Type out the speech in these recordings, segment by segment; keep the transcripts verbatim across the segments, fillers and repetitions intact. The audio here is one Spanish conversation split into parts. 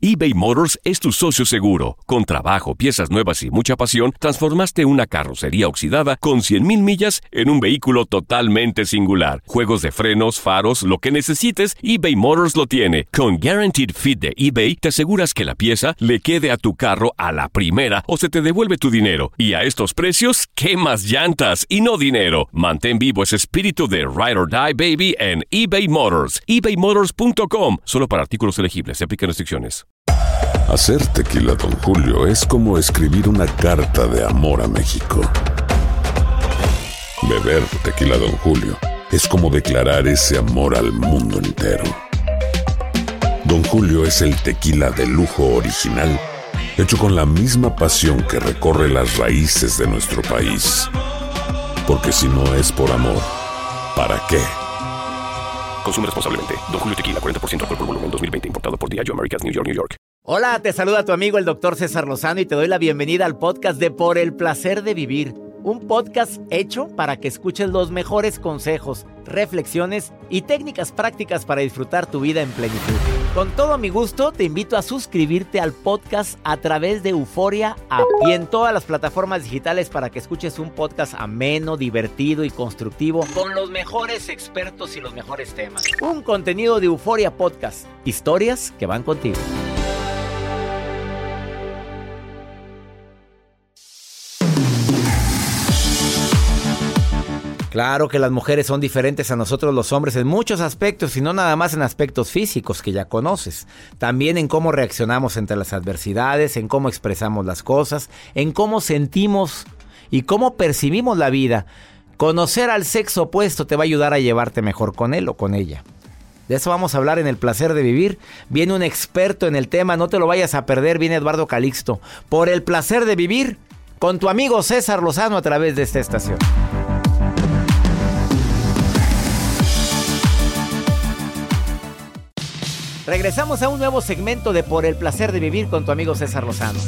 eBay Motors es tu socio seguro. Con trabajo, piezas nuevas y mucha pasión, transformaste una carrocería oxidada con cien mil millas en un vehículo totalmente singular. Juegos de frenos, faros, lo que necesites, eBay Motors lo tiene. Con Guaranteed Fit de eBay, te aseguras que la pieza le quede a tu carro a la primera o se te devuelve tu dinero. Y a estos precios, ¿qué más llantas y no dinero? Mantén vivo ese espíritu de Ride or Die, baby, en eBay Motors. ebay motors punto com. Solo para artículos elegibles. Se aplican restricciones. Hacer tequila Don Julio es como escribir una carta de amor a México. Beber tequila Don Julio es como declarar ese amor al mundo entero. Don Julio es el tequila de lujo original, hecho con la misma pasión que recorre las raíces de nuestro país. Porque si no es por amor, ¿para qué? Consume responsablemente. Don Julio Tequila, cuarenta por ciento alcohol por volumen, dos mil veinte. Importado por Diageo Americas, New York, New York. Hola, te saluda tu amigo el doctor César Lozano y te doy la bienvenida al podcast de Por el Placer de Vivir. Un podcast hecho para que escuches los mejores consejos, reflexiones y técnicas prácticas para disfrutar tu vida en plenitud. Con todo mi gusto, te invito a suscribirte al podcast a través de Euforia App y en todas las plataformas digitales para que escuches un podcast ameno, divertido y constructivo con los mejores expertos y los mejores temas. Un contenido de Euforia Podcast. Historias que van contigo. Claro que las mujeres son diferentes a nosotros los hombres en muchos aspectos y no nada más en aspectos físicos que ya conoces. También en cómo reaccionamos ante las adversidades, en cómo expresamos las cosas, en cómo sentimos y cómo percibimos la vida. Conocer al sexo opuesto te va a ayudar a llevarte mejor con él o con ella. De eso vamos a hablar en El Placer de Vivir. Viene un experto en el tema, no te lo vayas a perder, viene Eduardo Calixto. Por El Placer de Vivir, con tu amigo César Lozano a través de esta estación. Regresamos a un nuevo segmento de Por el Placer de Vivir con tu amigo César Lozano.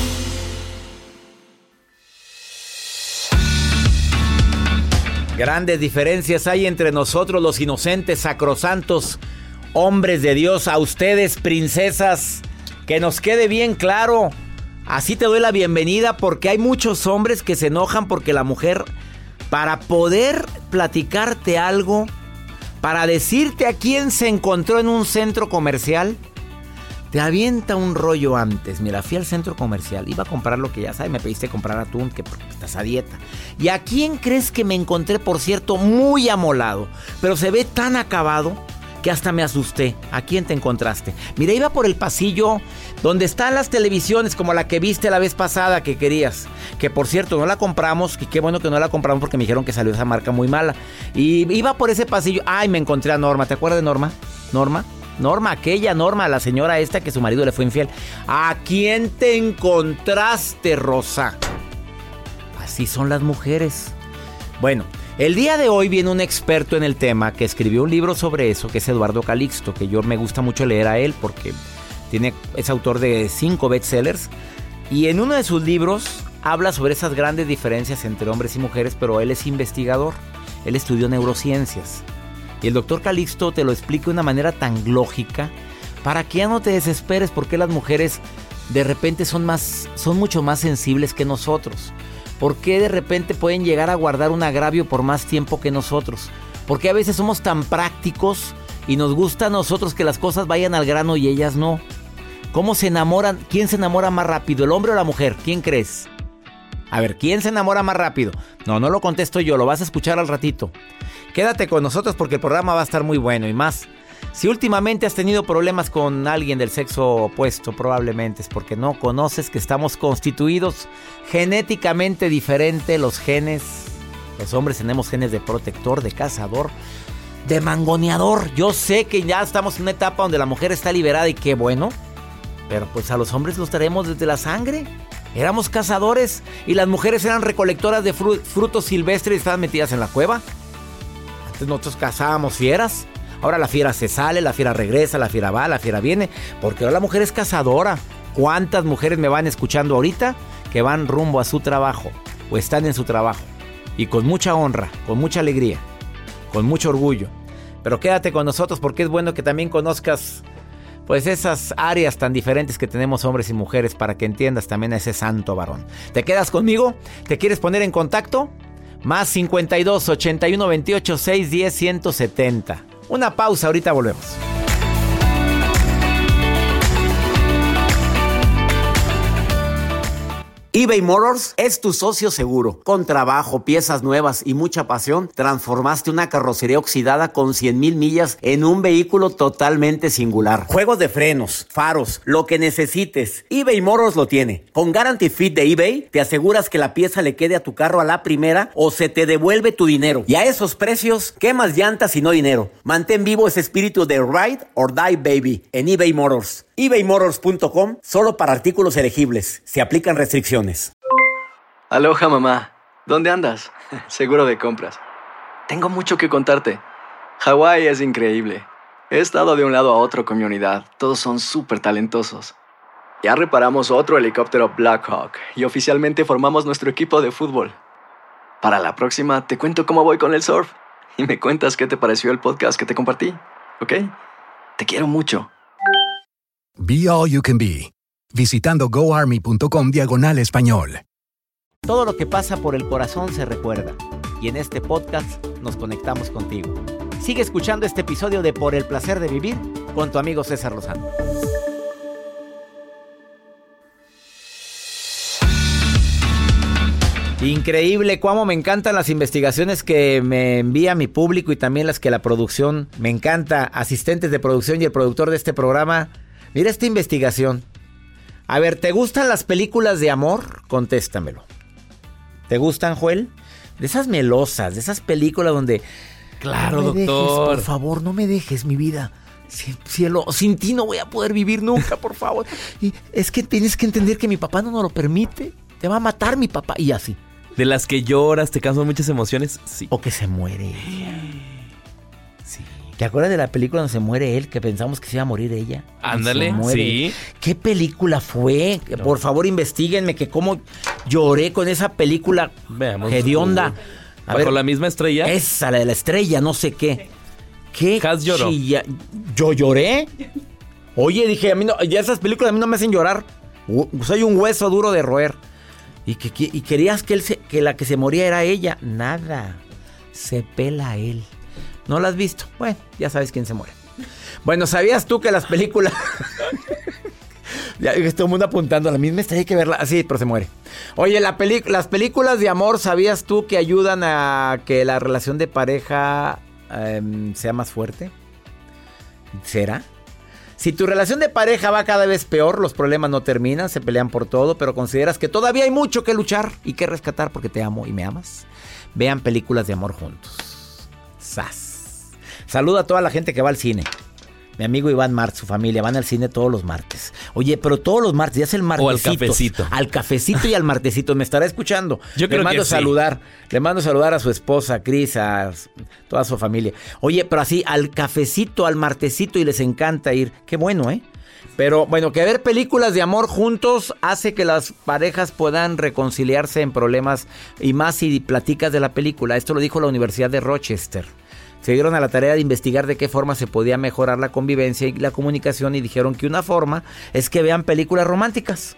Grandes diferencias hay entre nosotros los inocentes, sacrosantos, hombres de Dios. A ustedes, princesas, que nos quede bien claro. Así te doy la bienvenida porque hay muchos hombres que se enojan porque la mujer, para poder platicarte algo, para decirte a quién se encontró en un centro comercial, te avienta un rollo antes. Mira, fui al centro comercial, iba a comprar lo que ya sabes, me pediste comprar atún, que estás a dieta. ¿Y a quién crees que me encontré, por cierto, muy amolado? Pero se ve tan acabado que hasta me asusté. ¿A quién te encontraste? Mira, iba por el pasillo donde están las televisiones, como la que viste la vez pasada que querías. Que por cierto, no la compramos, y qué bueno que no la compramos porque me dijeron que salió esa marca muy mala. Y iba por ese pasillo, ay, me encontré a Norma. ¿Te acuerdas de Norma? Norma, Norma, aquella Norma, la señora esta que su marido le fue infiel. ¿A quién te encontraste, Rosa? Así son las mujeres. Bueno, el día de hoy viene un experto en el tema que escribió un libro sobre eso, que es Eduardo Calixto, que yo me gusta mucho leer a él porque tiene, es autor de cinco bestsellers. Y en uno de sus libros habla sobre esas grandes diferencias entre hombres y mujeres, pero él es investigador. Él estudió neurociencias. Y el doctor Calixto te lo explica de una manera tan lógica para que ya no te desesperes porque las mujeres de repente son, más, son mucho más sensibles que nosotros. ¿Por qué de repente pueden llegar a guardar un agravio por más tiempo que nosotros? Porque a veces somos tan prácticos y nos gusta a nosotros que las cosas vayan al grano y ellas no. ¿Cómo se enamoran? ¿Quién se enamora más rápido, el hombre o la mujer? ¿Quién crees? A ver, ¿quién se enamora más rápido? No, no lo contesto yo, lo vas a escuchar al ratito. Quédate con nosotros porque el programa va a estar muy bueno y más. Si últimamente has tenido problemas con alguien del sexo opuesto, probablemente es porque no conoces que estamos constituidos genéticamente diferente. Los genes, los hombres tenemos genes de protector, de cazador, de mangoneador. Yo sé que ya estamos en una etapa donde la mujer está liberada y qué bueno, pero pues a los hombres los traemos desde la sangre. Éramos cazadores y las mujeres eran recolectoras de fru- frutos silvestres y estaban metidas en la cueva. Antes nosotros cazábamos fieras. Ahora la fiera se sale, la fiera regresa, la fiera va, la fiera viene. Porque ahora la mujer es cazadora. ¿Cuántas mujeres me van escuchando ahorita que van rumbo a su trabajo o están en su trabajo? Y con mucha honra, con mucha alegría, con mucho orgullo. Pero quédate con nosotros porque es bueno que también conozcas pues esas áreas tan diferentes que tenemos hombres y mujeres para que entiendas también a ese santo varón. ¿Te quedas conmigo? ¿Te quieres poner en contacto? Más cincuenta y dos, ochenta y uno, veintiocho, seiscientos diez, ciento setenta. Una pausa, ahorita volvemos. eBay Motors es tu socio seguro. Con trabajo, piezas nuevas y mucha pasión, transformaste una carrocería oxidada con cien mil millas en un vehículo totalmente singular. Juegos de frenos, faros, lo que necesites, eBay Motors lo tiene. Con Guarantee Fit de eBay, te aseguras que la pieza le quede a tu carro a la primera o se te devuelve tu dinero. Y a esos precios, ¿qué más llantas y no dinero? Mantén vivo ese espíritu de Ride or Die, baby, en eBay Motors. ebay motors punto com, solo para artículos elegibles. Se aplican restricciones. Aloha, mamá. ¿Dónde andas? Seguro de compras. Tengo mucho que contarte. Hawái es increíble. He estado de un lado a otro con mi unidad. Todos son súper talentosos. Ya reparamos otro helicóptero Blackhawk y oficialmente formamos nuestro equipo de fútbol. Para la próxima te cuento cómo voy con el surf y me cuentas qué te pareció el podcast que te compartí, ¿ok? Te quiero mucho. Be All You Can Be, visitando goarmy.com diagonal español. Todo lo que pasa por el corazón se recuerda, y en este podcast nos conectamos contigo. Sigue escuchando este episodio de Por el Placer de Vivir con tu amigo César Lozano. Increíble cómo me encantan las investigaciones que me envía mi público y también las que la producción, me encanta, asistentes de producción y el productor de este programa. Mira esta investigación. A ver, ¿te gustan las películas de amor? Contéstamelo. ¿Te gustan, Joel? De esas melosas, de esas películas donde... Claro, no me doctor. Dejes, por favor, no me dejes, mi vida. Cielo, sin ti no voy a poder vivir nunca, por favor. Y es que tienes que entender que mi papá no nos lo permite. Te va a matar mi papá. Y así. De las que lloras, te causan muchas emociones, sí. O que se muere ella. Sí. ¿Te acuerdas de la película donde se muere él? Que pensamos que se iba a morir ella. Ándale, sí. ¿Qué película fue? No. Por favor, investíguenme que cómo lloré con esa película. Veamos. Hedionda. A ¿Bajo ver, la misma estrella? Esa, la de la estrella, no sé qué. ¿Qué? Has lloró. Chilla... ¿Yo lloré? Oye, dije, a mí no, ya esas películas a mí no me hacen llorar. Soy un hueso duro de roer. Y, que, y querías que, él se, que la que se moría era ella. Nada. Se pela él. ¿No la has visto? Bueno, ya sabes quién se muere. Bueno, ¿sabías tú que las películas... ya todo el mundo apuntando a la misma estrella, hay que verla. Sí, pero se muere. Oye, la peli... las películas de amor, ¿sabías tú que ayudan a que la relación de pareja eh, sea más fuerte? ¿Será? Si tu relación de pareja va cada vez peor, los problemas no terminan, se pelean por todo, pero consideras que todavía hay mucho que luchar y que rescatar porque te amo y me amas, vean películas de amor juntos. ¡Sas! Saluda a toda la gente que va al cine. Mi amigo Iván Mart, su familia, van al cine todos los martes. Oye, pero todos los martes, ya es el martesito. O al cafecito. Al cafecito y al martesito. Me estará escuchando. Yo creo le mando que sí. saludar. Le mando saludar a su esposa, Cris, a toda su familia. Oye, pero así, al cafecito, al martesito, y les encanta ir. Qué bueno, ¿eh? Pero bueno, que ver películas de amor juntos hace que las parejas puedan reconciliarse en problemas, y más si platicas de la película. Esto lo dijo la Universidad de Rochester. Se dieron a la tarea de investigar de qué forma se podía mejorar la convivencia y la comunicación, y dijeron que una forma es que vean películas románticas.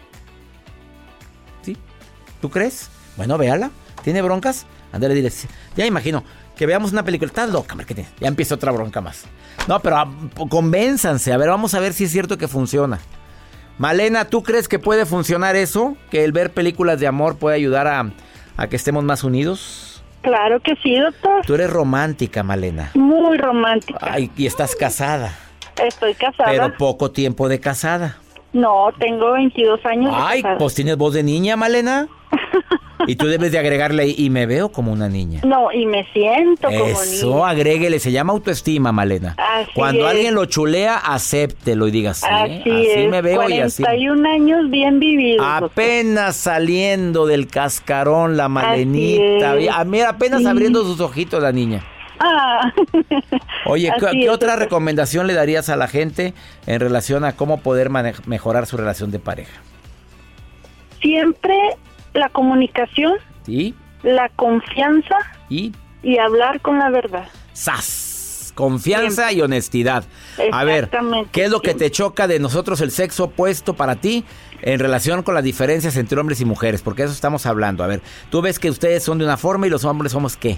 ¿Sí? ¿Tú crees? Bueno, véala. ¿Tiene broncas? Ándale, dile. Ya imagino que veamos una película. Estás loca, Marquete. Ya empieza otra bronca más. No, pero a, convénzanse. A ver, vamos a ver si es cierto que funciona. Malena, ¿tú crees que puede funcionar eso? ¿Que el ver películas de amor puede ayudar a, a que estemos más unidos? Claro que sí, doctor. Tú eres romántica, Malena. Muy romántica. Ay, y estás casada. Estoy casada. Pero poco tiempo de casada. No, tengo veintidós años Ay, de casada. Pues tienes voz de niña, Malena. Y tú debes de agregarle, y me veo como una niña. No, y me siento como niña. Eso, agréguele, se llama autoestima, Malena. Así Cuando es. alguien lo chulea, acéptelo y diga, sí, Así, así es. me veo y así. cuarenta y un años bien vividos. Apenas saliendo del cascarón la Malenita. Así es. A mí apenas Sí. abriendo sus ojitos la niña. Ah. Oye, ¿qué, Así ¿qué es, otra doctor. recomendación le darías a la gente en relación a cómo poder mane- mejorar su relación de pareja? Siempre la comunicación, ¿Sí? la confianza ¿Y? y hablar con la verdad. ¡Sas! confianza Siempre. y honestidad. A ver, Exactamente, ¿qué es lo que siempre. te choca de nosotros, el sexo opuesto para ti, en relación con las diferencias entre hombres y mujeres? Porque eso estamos hablando. A ver, tú ves que ustedes son de una forma y los hombres somos ¿qué?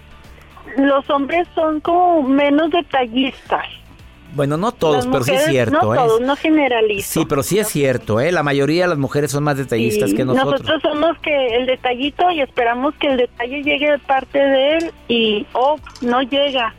Los hombres son como menos detallistas. Bueno, no todos, Las pero sí es mujeres, cierto. No ¿eh? todos, no generalizo. Sí, pero sí es cierto, ¿eh? La mayoría de las mujeres son más detallistas Sí, que nosotros. Nosotros somos que el detallito y esperamos que el detalle llegue de parte de él y, oh, no llega.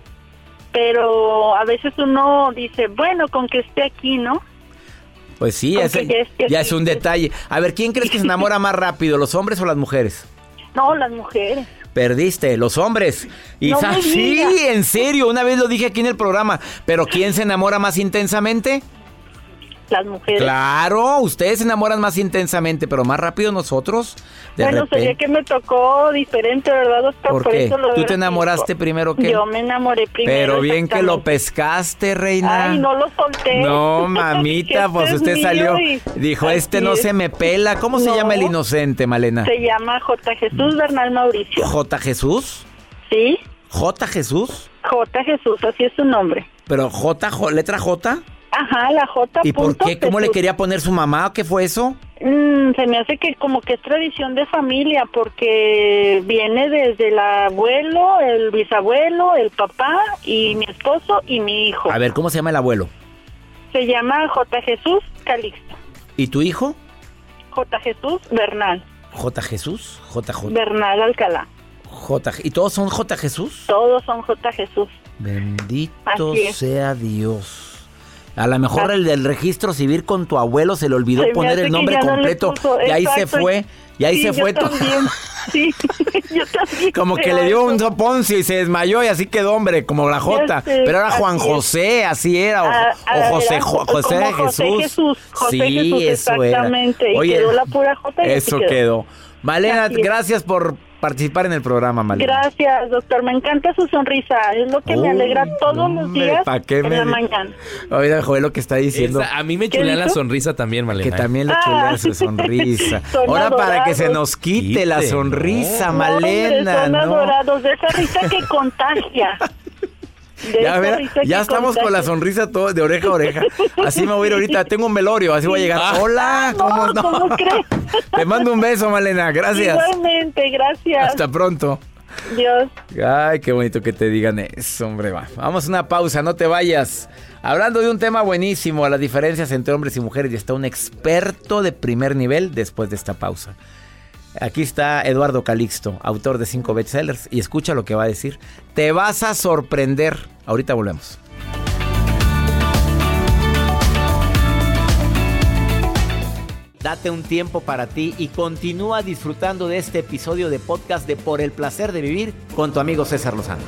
Pero a veces uno dice, bueno, con que esté aquí, ¿no? Pues sí, Aunque ese- ya es que ya sí, es un pues. detalle. A ver, ¿quién crees que se enamora más rápido, los hombres o las mujeres? No, las mujeres. Perdiste, los hombres. Y No sa- me sí, digas. en serio, una vez lo dije aquí en el programa. ¿Pero quién se enamora más intensamente? Las mujeres. Claro, ustedes se enamoran más intensamente, pero más rápido nosotros. De Bueno, sería repente. que me tocó diferente, ¿verdad, doctor? ¿Por qué? eso lo ¿Tú te veo enamoraste así. primero que él? Yo me enamoré primero. Pero bien que lo exactamente. pescaste, reina. Ay, no lo solté. No, mamita, Este pues es usted mío salió. y Dijo, así este no es. se me pela. ¿Cómo se No. llama el inocente, Malena? Se llama J. Jesús Bernal Mauricio. ¿J. Jesús? ¿Sí? ¿J. Jesús? J. Jesús, así es su nombre. ¿Pero J, J letra J? Ajá, la J. ¿Y por punto qué? ¿Cómo le Jesús. quería poner su mamá? ¿Qué fue eso? Mm, se me hace que como que es tradición de familia, porque viene desde el abuelo, el bisabuelo, el papá y mi esposo y mi hijo. A ver, ¿cómo se llama el abuelo? Se llama J. Jesús Calixto. ¿Y tu hijo? J. Jesús Bernal. ¿J. Jesús? J. J. Bernal Alcalá. J. ¿Y todos son J. Jesús? Todos son J. Jesús. Bendito Así es. sea Dios. A lo mejor el del registro civil con tu abuelo se le olvidó Se me poner hace el que nombre ya no le completo. puso, Y ahí se exacto. fue. Y ahí Sí, se yo fue todo. también. Sí, yo también. Como que creo le dio eso. un soponcio y se desmayó y así quedó, hombre, como la J. sé, Pero era Juan así es. José, así era. O, Ah, ah, o José, era Jo- como José de José Jesús. Jesús, José sí, Jesús, eso era. exactamente, y quedó la pura J y así Eso quedó. quedó. Malena, Así es. gracias por participar en el programa, Malena. Gracias, doctor. Me encanta su sonrisa. Es lo que me Uy, alegra todos los hombre, días ¿pa' qué en me la di- mañana. Oiga, Joel, lo que está diciendo. Esa- a mí me ¿Qué chulea la dijo? sonrisa también, Malena. Que también le Ah. chulea su sonrisa. Son Ahora para que se adorados. nos quite la Quite, sonrisa, no. Malena, No, hombre, son ¿no? adorados. De esa risa que contagia. De Ya, esa verá, risa ya que estamos con la contagia. sonrisa todo de oreja a oreja. Así me voy a ir ahorita. Tengo un velorio, así voy a llegar. Hola, ¿cómo No, no? ¿cómo crees? Te mando un beso, Malena. Gracias. Igualmente, gracias. Hasta pronto. Dios. Ay, qué bonito que te digan eso, hombre. Va. Vamos a una pausa, no te vayas. Hablando de un tema buenísimo, las diferencias entre hombres y mujeres, y está un experto de primer nivel después de esta pausa. Aquí está Eduardo Calixto, autor de cinco bestsellers, y escucha lo que va a decir. Te vas a sorprender. Ahorita volvemos. Date un tiempo para ti y continúa disfrutando de este episodio de podcast de Por el Placer de Vivir con tu amigo César Lozano.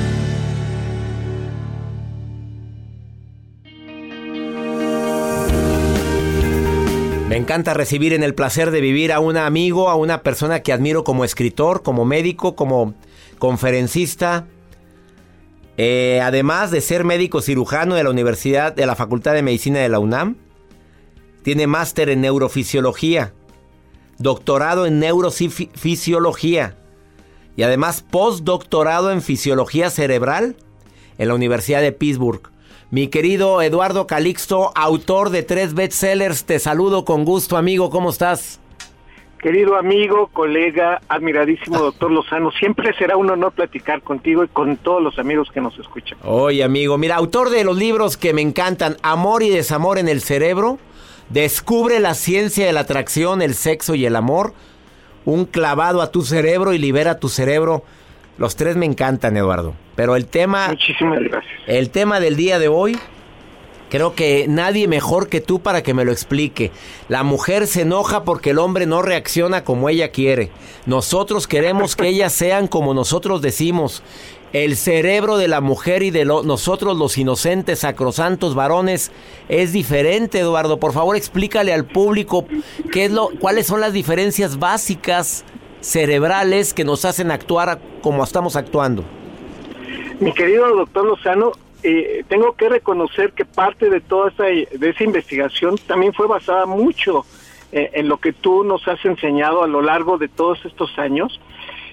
Me encanta recibir en el placer de vivir a un amigo, a una persona que admiro como escritor, como médico, como conferencista. Eh, además de ser médico cirujano de la Universidad de la Facultad de Medicina de la UNAM, tiene máster en neurofisiología, doctorado en neurofisiología y además postdoctorado en fisiología cerebral en la Universidad de Pittsburgh. Mi querido Eduardo Calixto, autor de tres bestsellers, te saludo con gusto, amigo, ¿cómo estás? Querido amigo, colega, admiradísimo doctor Lozano, siempre será un honor platicar contigo y con todos los amigos que nos escuchan. Oye, amigo, mira, autor de los libros que me encantan, Amor y Desamor en el Cerebro, Descubre la ciencia de la atracción, el sexo y el amor, Un clavado a tu cerebro y libera tu cerebro. Los tres me encantan, Eduardo. Pero el tema... Muchísimas gracias. El tema del día de hoy, creo que nadie mejor que tú para que me lo explique. La mujer se enoja porque el hombre no reacciona como ella quiere. Nosotros queremos que ellas sean como nosotros decimos. El cerebro de la mujer y de lo, nosotros los inocentes, sacrosantos varones es diferente, Eduardo. Por favor, explícale al público qué es lo, cuáles son las diferencias básicas cerebrales que nos hacen actuar como estamos actuando. Mi querido doctor Lozano, eh, tengo que reconocer que parte de toda esa, de esa investigación también fue basada mucho eh, en lo que tú nos has enseñado a lo largo de todos estos años.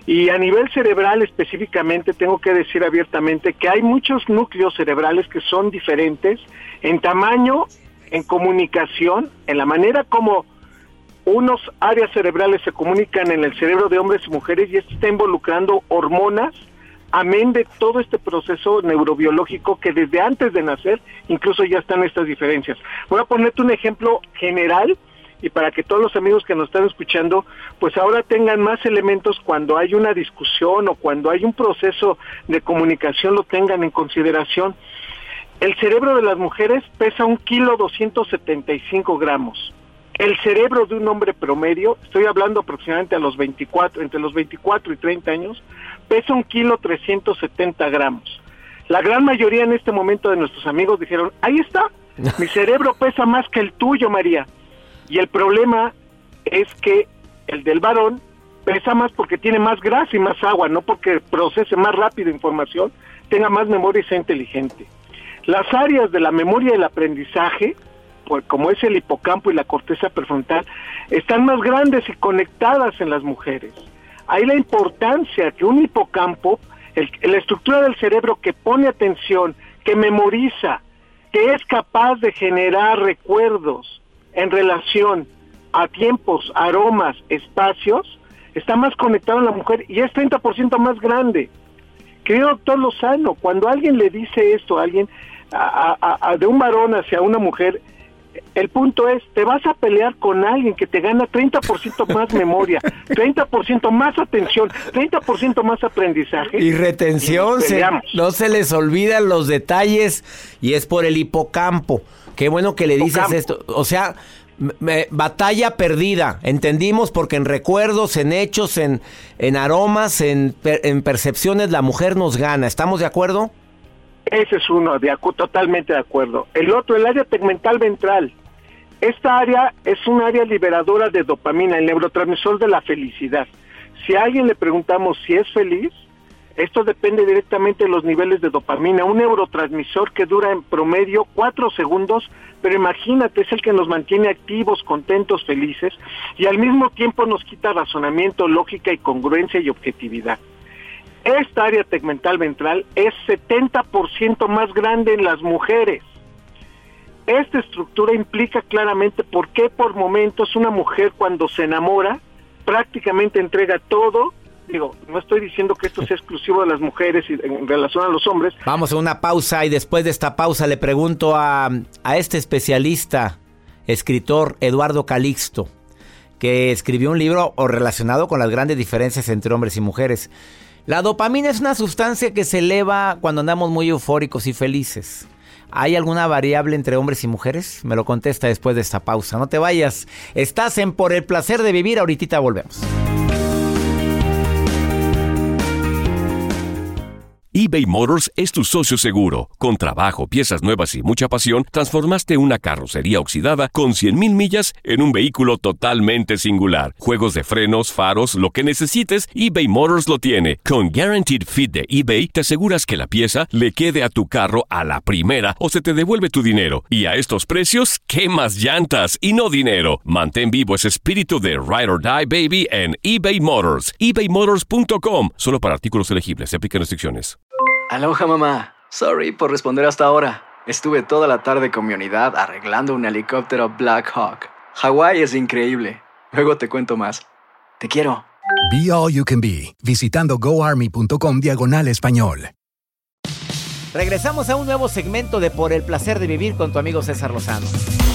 Y a nivel cerebral específicamente tengo que decir abiertamente que hay muchos núcleos cerebrales que son diferentes en tamaño, en comunicación, en la manera como unos áreas cerebrales se comunican en el cerebro de hombres y mujeres, y esto está involucrando hormonas, amén de todo este proceso neurobiológico que desde antes de nacer incluso ya están estas diferencias. Voy a ponerte un ejemplo general y para que todos los amigos que nos están escuchando pues ahora tengan más elementos cuando hay una discusión o cuando hay un proceso de comunicación, lo tengan en consideración. El cerebro de las mujeres pesa un kilo doscientos setenta y cinco gramos. El cerebro de un hombre promedio, estoy hablando aproximadamente a los veinticuatro, entre los veinticuatro y treinta años, pesa un kilo trescientos setenta gramos. La gran mayoría en este momento de nuestros amigos dijeron, ahí está, mi cerebro pesa más que el tuyo, María. Y el problema es que el del varón pesa más porque tiene más grasa y más agua, no porque procese más rápido información, tenga más memoria y sea inteligente. Las áreas de la memoria y el aprendizaje, pues como es el hipocampo y la corteza prefrontal, están más grandes y conectadas en las mujeres. Hay la importancia que un hipocampo, el, la estructura del cerebro que pone atención, que memoriza, que es capaz de generar recuerdos en relación a tiempos, aromas, espacios, está más conectado en la mujer y es treinta por ciento más grande. Querido doctor Lozano, cuando alguien le dice esto a alguien, a, a, a, de un varón hacia una mujer, el punto es, te vas a pelear con alguien que te gana treinta por ciento más memoria, treinta por ciento más atención, treinta por ciento más aprendizaje. Y retención, y se, no se les olvidan los detalles y es por el hipocampo. Qué bueno que le dices hipocampo. Esto, o sea, me, batalla perdida, entendimos, porque en recuerdos, en hechos, en, en aromas, en, en percepciones, la mujer nos gana, ¿estamos de acuerdo? Ese es uno, de acu- totalmente de acuerdo. El otro, el área tegmental ventral. Esta área es un área liberadora de dopamina, el neurotransmisor de la felicidad. Si a alguien le preguntamos si es feliz, esto depende directamente de los niveles de dopamina. Un neurotransmisor que dura en promedio cuatro segundos, pero imagínate, es el que nos mantiene activos, contentos, felices, y al mismo tiempo nos quita razonamiento, lógica y congruencia y objetividad. Esta área tegmental ventral es setenta por ciento más grande en las mujeres. Esta estructura implica claramente por qué por momentos una mujer cuando se enamora prácticamente entrega todo. Digo, no estoy diciendo que esto sea exclusivo de las mujeres y en relación a los hombres. Vamos a una pausa y después de esta pausa le pregunto a, a este especialista, escritor Eduardo Calixto, que escribió un libro relacionado con las grandes diferencias entre hombres y mujeres. La dopamina es una sustancia que se eleva cuando andamos muy eufóricos y felices. ¿Hay alguna variable entre hombres y mujeres? Me lo contesta después de esta pausa. No te vayas. Estás en Por el Placer de Vivir. Ahorita volvemos. eBay Motors es tu socio seguro. Con trabajo, piezas nuevas y mucha pasión, transformaste una carrocería oxidada con cien mil millas en un vehículo totalmente singular. Juegos de frenos, faros, lo que necesites, eBay Motors lo tiene. Con Guaranteed Fit de eBay, te aseguras que la pieza le quede a tu carro a la primera o se te devuelve tu dinero. Y a estos precios, ¿qué más llantas y no dinero? Mantén vivo ese espíritu de Ride or Die, baby, en eBay Motors. ebay motors punto com. Solo para artículos elegibles. Se aplican restricciones. Aloha, mamá. Sorry por responder hasta ahora. Estuve toda la tarde con mi unidad arreglando un helicóptero Black Hawk. Hawái es increíble. Luego te cuento más. Te quiero. Be All You Can Be, visitando goarmy.com diagonal español. Regresamos a un nuevo segmento de Por el Placer de Vivir con tu amigo César Lozano.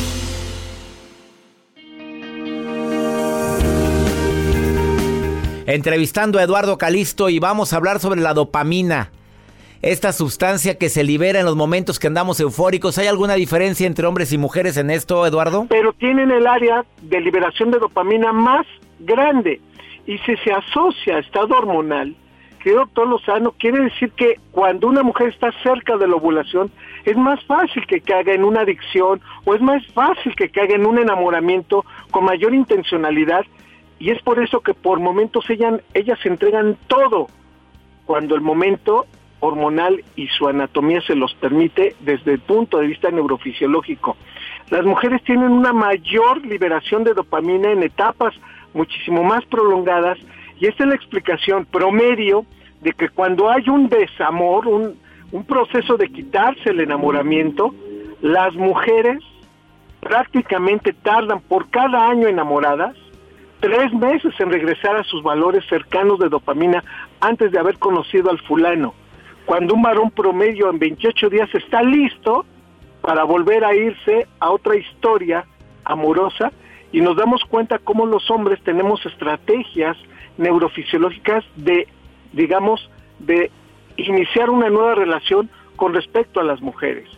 Entrevistando a Eduardo Calixto y vamos a hablar sobre la dopamina. Esta sustancia que se libera en los momentos que andamos eufóricos. ¿Hay alguna diferencia entre hombres y mujeres en esto, Eduardo? Pero tienen el área de liberación de dopamina más grande. Y si se asocia a estado hormonal, que doctor Lozano, quiere decir que cuando una mujer está cerca de la ovulación, es más fácil que caiga en una adicción o es más fácil que caiga en un enamoramiento con mayor intencionalidad. Y es por eso que por momentos ellas, ellas se entregan todo, cuando el momento hormonal y su anatomía se los permite desde el punto de vista neurofisiológico. Las mujeres tienen una mayor liberación de dopamina en etapas muchísimo más prolongadas Y esta es la explicación promedio de que cuando hay un desamor, un, un proceso de quitarse el enamoramiento, las mujeres prácticamente tardan por cada año enamoradas tres meses en regresar a sus valores cercanos de dopamina antes de haber conocido al fulano. Cuando un varón promedio en veintiocho días está listo para volver a irse a otra historia amorosa, y nos damos cuenta cómo los hombres tenemos estrategias neurofisiológicas de, digamos, de iniciar una nueva relación con respecto a las mujeres.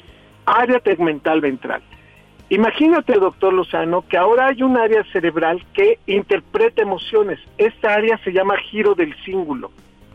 Área tegmental ventral. Imagínate, doctor Lozano, que ahora hay un área cerebral que interpreta emociones. Esta área se llama giro del cíngulo.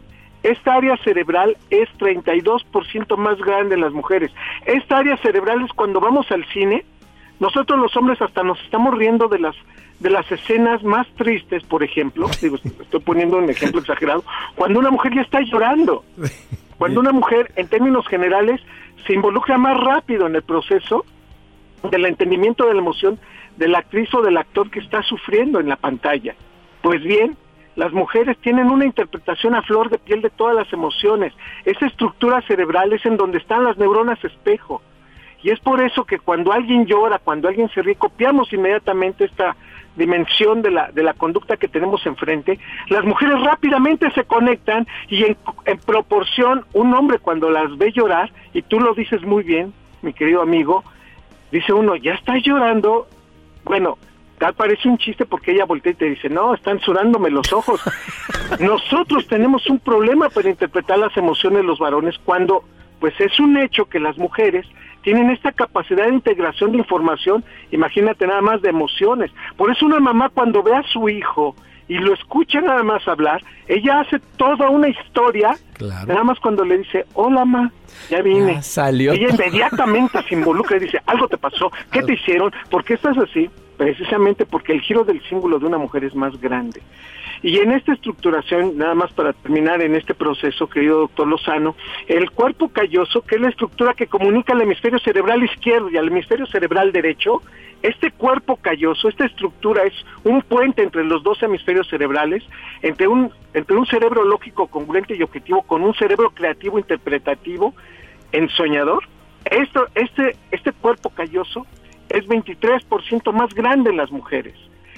Esta área cerebral es treinta y dos por ciento más grande en las mujeres. Esta área cerebral es cuando vamos al cine, nosotros los hombres hasta nos estamos riendo de las de las escenas más tristes, por ejemplo, digo, estoy poniendo un ejemplo exagerado, cuando una mujer ya está llorando. Cuando una mujer, en términos generales, se involucra más rápido en el proceso del entendimiento de la emoción de la actriz o del actor que está sufriendo en la pantalla. Pues bien, las mujeres tienen una interpretación a flor de piel de todas las emociones. Esa estructura cerebral es en donde están las neuronas espejo. Y es por eso que cuando alguien llora, cuando alguien se ríe, copiamos inmediatamente esta dimensión de la de la conducta que tenemos enfrente. Las mujeres rápidamente se conectan y en, en proporción, un hombre cuando las ve llorar, y tú lo dices muy bien, mi querido amigo, dice uno, ya está llorando. Bueno, tal parece un chiste porque ella voltea y te dice, no, están sudándome los ojos. Nosotros tenemos un problema para interpretar las emociones de los varones cuando, pues es un hecho que las mujeres tienen esta capacidad de integración de información, imagínate nada más de emociones. Por eso una mamá cuando ve a su hijo y lo escucha nada más hablar, ella hace toda una historia, claro. Nada más cuando le dice, hola ma, ya vine. Ya salió. Ella inmediatamente se involucra y dice, algo te pasó, ¿qué te hicieron? ¿Por qué estás así? Precisamente porque el giro del cíngulo de una mujer es más grande. Y en esta estructuración, nada más para terminar en este proceso, querido doctor Lozano, el cuerpo calloso, que es la estructura que comunica al hemisferio cerebral izquierdo y al hemisferio cerebral derecho, este cuerpo calloso, esta estructura es un puente entre los dos hemisferios cerebrales, entre un, entre un cerebro lógico, congruente y objetivo, con un cerebro creativo, interpretativo, ensoñador. Esto, este, este cuerpo calloso es veintitrés por ciento más grande en las mujeres.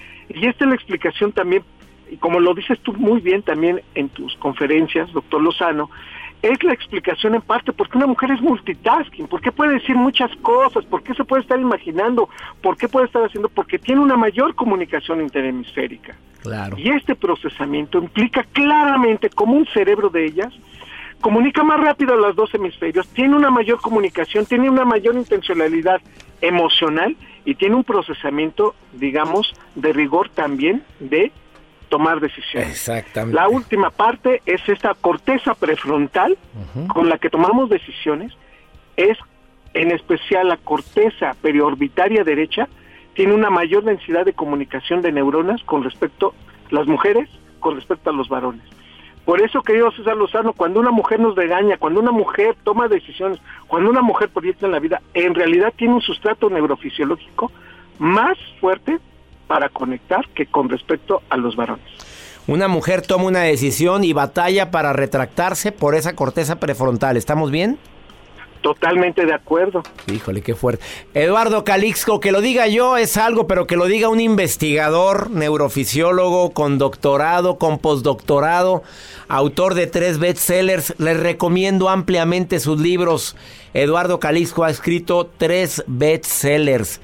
Y esta es la explicación también, y como lo dices tú muy bien también en tus conferencias, doctor Lozano, es la explicación en parte por qué una mujer es multitasking, por qué puede decir muchas cosas, por qué se puede estar imaginando, por qué puede estar haciendo, porque tiene una mayor comunicación interhemisférica. Claro. Y este procesamiento implica claramente cómo un cerebro de ellas comunica más rápido a los dos hemisferios, tiene una mayor comunicación, tiene una mayor intencionalidad emocional y tiene un procesamiento, digamos, de rigor también de tomar decisiones. Exactamente. La última parte es esta corteza prefrontal uh-huh. con la que tomamos decisiones, es en especial la corteza periorbitaria derecha, tiene una mayor densidad de comunicación de neuronas con respecto a las mujeres, con respecto a los varones. Por eso, querido César Lozano, cuando una mujer nos regaña, cuando una mujer toma decisiones, cuando una mujer proyecta en la vida, en realidad tiene un sustrato neurofisiológico más fuerte para conectar que con respecto a los varones. Una mujer toma una decisión y batalla para retractarse por esa corteza prefrontal. ¿Estamos bien? Totalmente de acuerdo. Híjole, qué fuerte. Eduardo Calixto, que lo diga yo es algo, pero que lo diga un investigador, neurofisiólogo, con doctorado, con postdoctorado, autor de tres bestsellers. Les recomiendo ampliamente sus libros. Eduardo Calixto ha escrito tres bestsellers.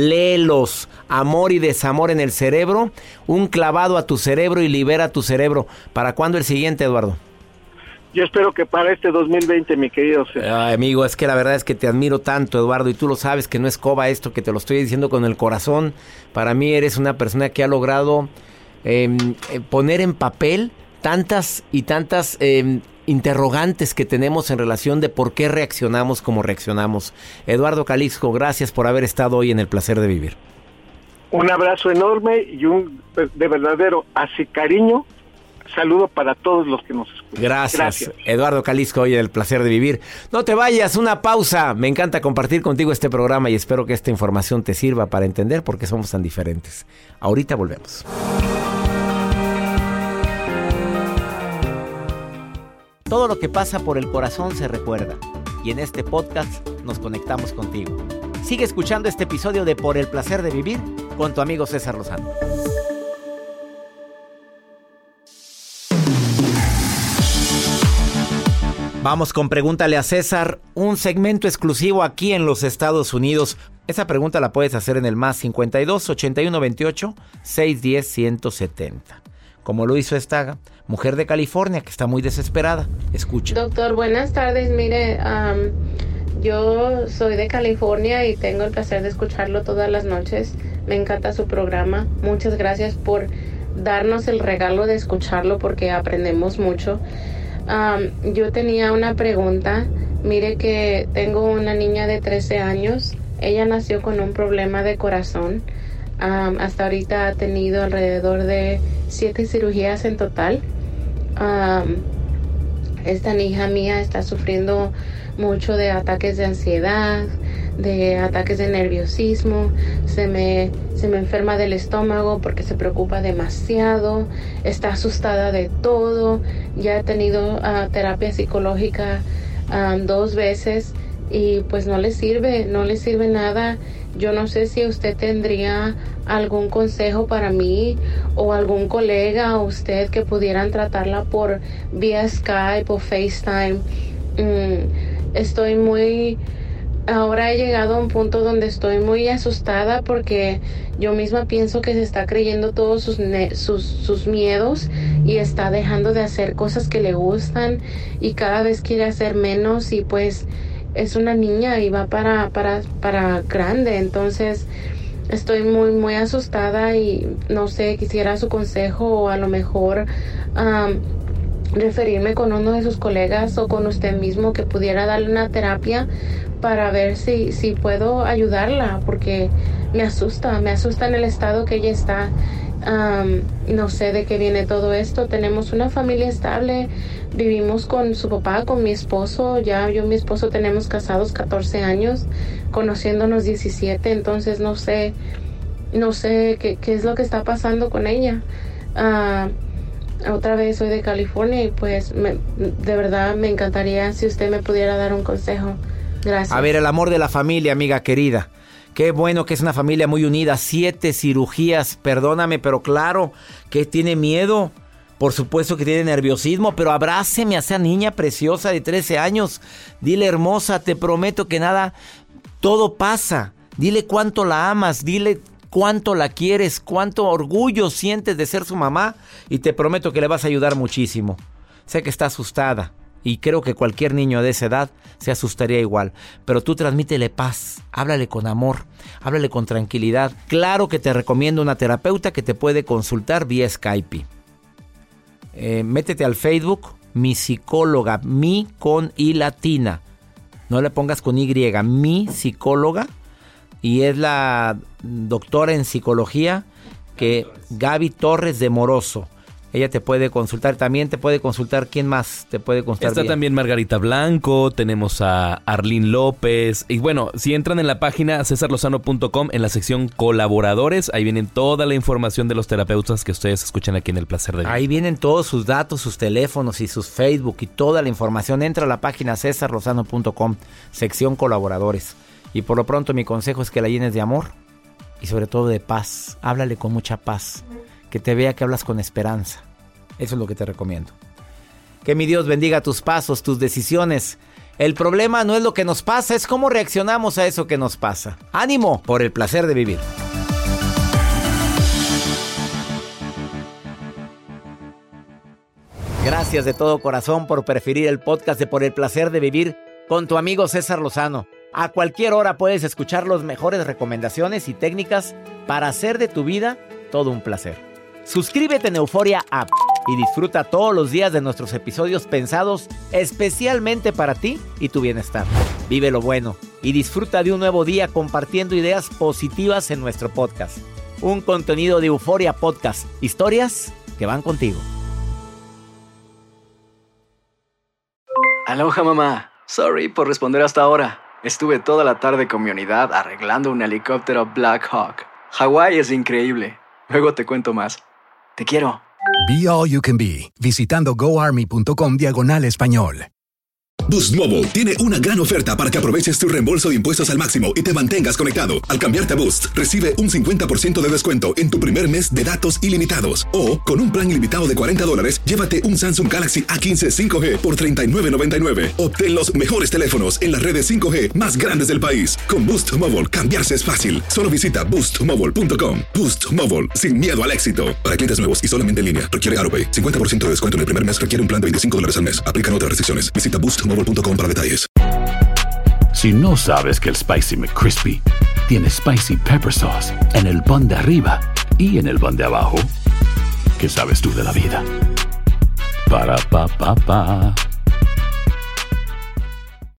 Léelos. Amor y desamor en el cerebro. Un clavado a tu cerebro y libera tu cerebro. ¿Para cuándo el siguiente, Eduardo? Yo espero que para este dos mil veinte, mi querido César. Ay, amigo, es que la verdad es que te admiro tanto, Eduardo, y tú lo sabes que no es coba esto, que te lo estoy diciendo con el corazón. Para mí eres una persona que ha logrado eh, poner en papel tantas y tantas eh, interrogantes que tenemos en relación de por qué reaccionamos como reaccionamos. Eduardo Calixto, gracias por haber estado hoy en El Placer de Vivir. Un abrazo enorme y un de verdadero así cariño. Saludo para todos los que nos escuchan. Gracias. Gracias. Eduardo Calixto, hoy en El Placer de Vivir. No te vayas, una pausa. Me encanta compartir contigo este programa y espero que esta información te sirva para entender por qué somos tan diferentes. Ahorita volvemos. Todo lo que pasa por el corazón se recuerda. Y en este podcast nos conectamos contigo. Sigue escuchando este episodio de Por el Placer de Vivir con tu amigo César Lozano. Vamos con Pregúntale a César, un segmento exclusivo aquí en los Estados Unidos. Esa pregunta la puedes hacer en el más cincuenta y dos, ochenta y uno, veintiocho, seiscientos diez, ciento setenta. Como lo hizo esta mujer de California que está muy desesperada. Escucha. Doctor, buenas tardes. Mire, um, yo soy de California y tengo el placer de escucharlo todas las noches. Me encanta su programa. Muchas gracias por darnos el regalo de escucharlo porque aprendemos mucho. Um, yo tenía una pregunta. Mire que tengo una niña de trece años. Ella nació con un problema de corazón. Um, hasta ahorita ha tenido alrededor de siete cirugías en total. Um, esta hija mía está sufriendo mucho de ataques de ansiedad, de ataques de nerviosismo. Se me, se me enferma del estómago porque se preocupa demasiado. Está asustada de todo. Ya ha tenido uh, terapia psicológica um, dos veces y pues no le sirve, no le sirve nada. Yo no sé si usted tendría algún consejo para mí o algún colega o usted que pudieran tratarla por vía Skype o FaceTime. Mm, estoy muy... Ahora he llegado a un punto donde estoy muy asustada porque yo misma pienso que se está creyendo todos sus, ne- sus, sus miedos y está dejando de hacer cosas que le gustan y cada vez quiere hacer menos y pues es una niña y va para, para, para grande. Entonces estoy muy, muy asustada y no sé, quisiera su consejo o a lo mejor um, referirme con uno de sus colegas o con usted mismo que pudiera darle una terapia para ver si, si puedo ayudarla, porque me asusta, me asusta en el estado que ella está. Um, no sé de qué viene todo esto. Tenemos una familia estable, vivimos con su papá, con mi esposo. Ya yo y mi esposo tenemos casados catorce años, conociéndonos diecisiete, entonces no sé, no sé qué, qué es lo que está pasando con ella. Uh, otra vez soy de California y pues me, de verdad me encantaría si usted me pudiera dar un consejo. Gracias. A ver, el amor de la familia, amiga querida. Qué bueno que es una familia muy unida. Siete cirugías, perdóname, pero claro que tiene miedo. Por supuesto que tiene nerviosismo, pero abráceme a esa niña preciosa de trece años. Dile, hermosa, te prometo que nada, todo pasa. Dile cuánto la amas, dile cuánto la quieres, cuánto orgullo sientes de ser su mamá. Y te prometo que le vas a ayudar muchísimo. Sé que está asustada. Y creo que cualquier niño de esa edad se asustaría igual. Pero tú transmítele paz, háblale con amor, háblale con tranquilidad. Claro que te recomiendo una terapeuta que te puede consultar vía Skype. Eh, métete al Facebook, mi psicóloga, mi con I latina. No le pongas con Y, mi psicóloga. Y es la doctora en psicología que Gaby Torres de Moroso. Ella te puede consultar, también te puede consultar, ¿quién más te puede consultar? Está bien? También Margarita Blanco, tenemos a Arlene López. Y bueno, si entran en la página cesar lozano punto com, en la sección colaboradores, ahí vienen toda la información de los terapeutas que ustedes escuchan aquí en El Placer de Vivir. Ahí vienen todos sus datos, sus teléfonos y sus Facebook y toda la información. Entra a la página cesar lozano punto com, sección colaboradores. Y por lo pronto mi consejo es que la llenes de amor y sobre todo de paz. Háblale con mucha paz. Que te vea que hablas con esperanza. Eso es lo que te recomiendo. Que mi Dios bendiga tus pasos, tus decisiones. El problema no es lo que nos pasa, es cómo reaccionamos a eso que nos pasa. ¡Ánimo! Por el placer de vivir. Gracias de todo corazón por preferir el podcast de Por el Placer de Vivir con tu amigo César Lozano. A cualquier hora puedes escuchar las mejores recomendaciones y técnicas para hacer de tu vida todo un placer. Suscríbete en Euforia App y disfruta todos los días de nuestros episodios pensados especialmente para ti y tu bienestar. Vive lo bueno y disfruta de un nuevo día compartiendo ideas positivas en nuestro podcast. Un contenido de Euforia Podcast. Historias que van contigo. Aloha, mamá. Sorry por responder hasta ahora. Estuve toda la tarde con mi unidad arreglando un helicóptero Black Hawk. Hawái es increíble. Luego te cuento más. Te quiero. Be All You Can Be, visitando goarmy.com diagonal español. Boost Mobile tiene una gran oferta para que aproveches tu reembolso de impuestos al máximo y te mantengas conectado. Al cambiarte a Boost, recibe un cincuenta por ciento de descuento en tu primer mes de datos ilimitados. O, con un plan ilimitado de cuarenta dólares, llévate un Samsung Galaxy A quince cinco G por treinta y nueve noventa y nueve. Obtén los mejores teléfonos en las redes cinco G más grandes del país. Con Boost Mobile, cambiarse es fácil. Solo visita boost mobile punto com. Boost Mobile, sin miedo al éxito. Para clientes nuevos y solamente en línea, requiere AutoPay. cincuenta por ciento de descuento en el primer mes requiere un plan de veinticinco dólares al mes. Aplican otras restricciones. Visita boost mobile punto com para detalles. Si no sabes que el Spicy McCrispy tiene Spicy Pepper Sauce en el pan de arriba y en el pan de abajo, ¿qué sabes tú de la vida? Para, pa, pa, pa.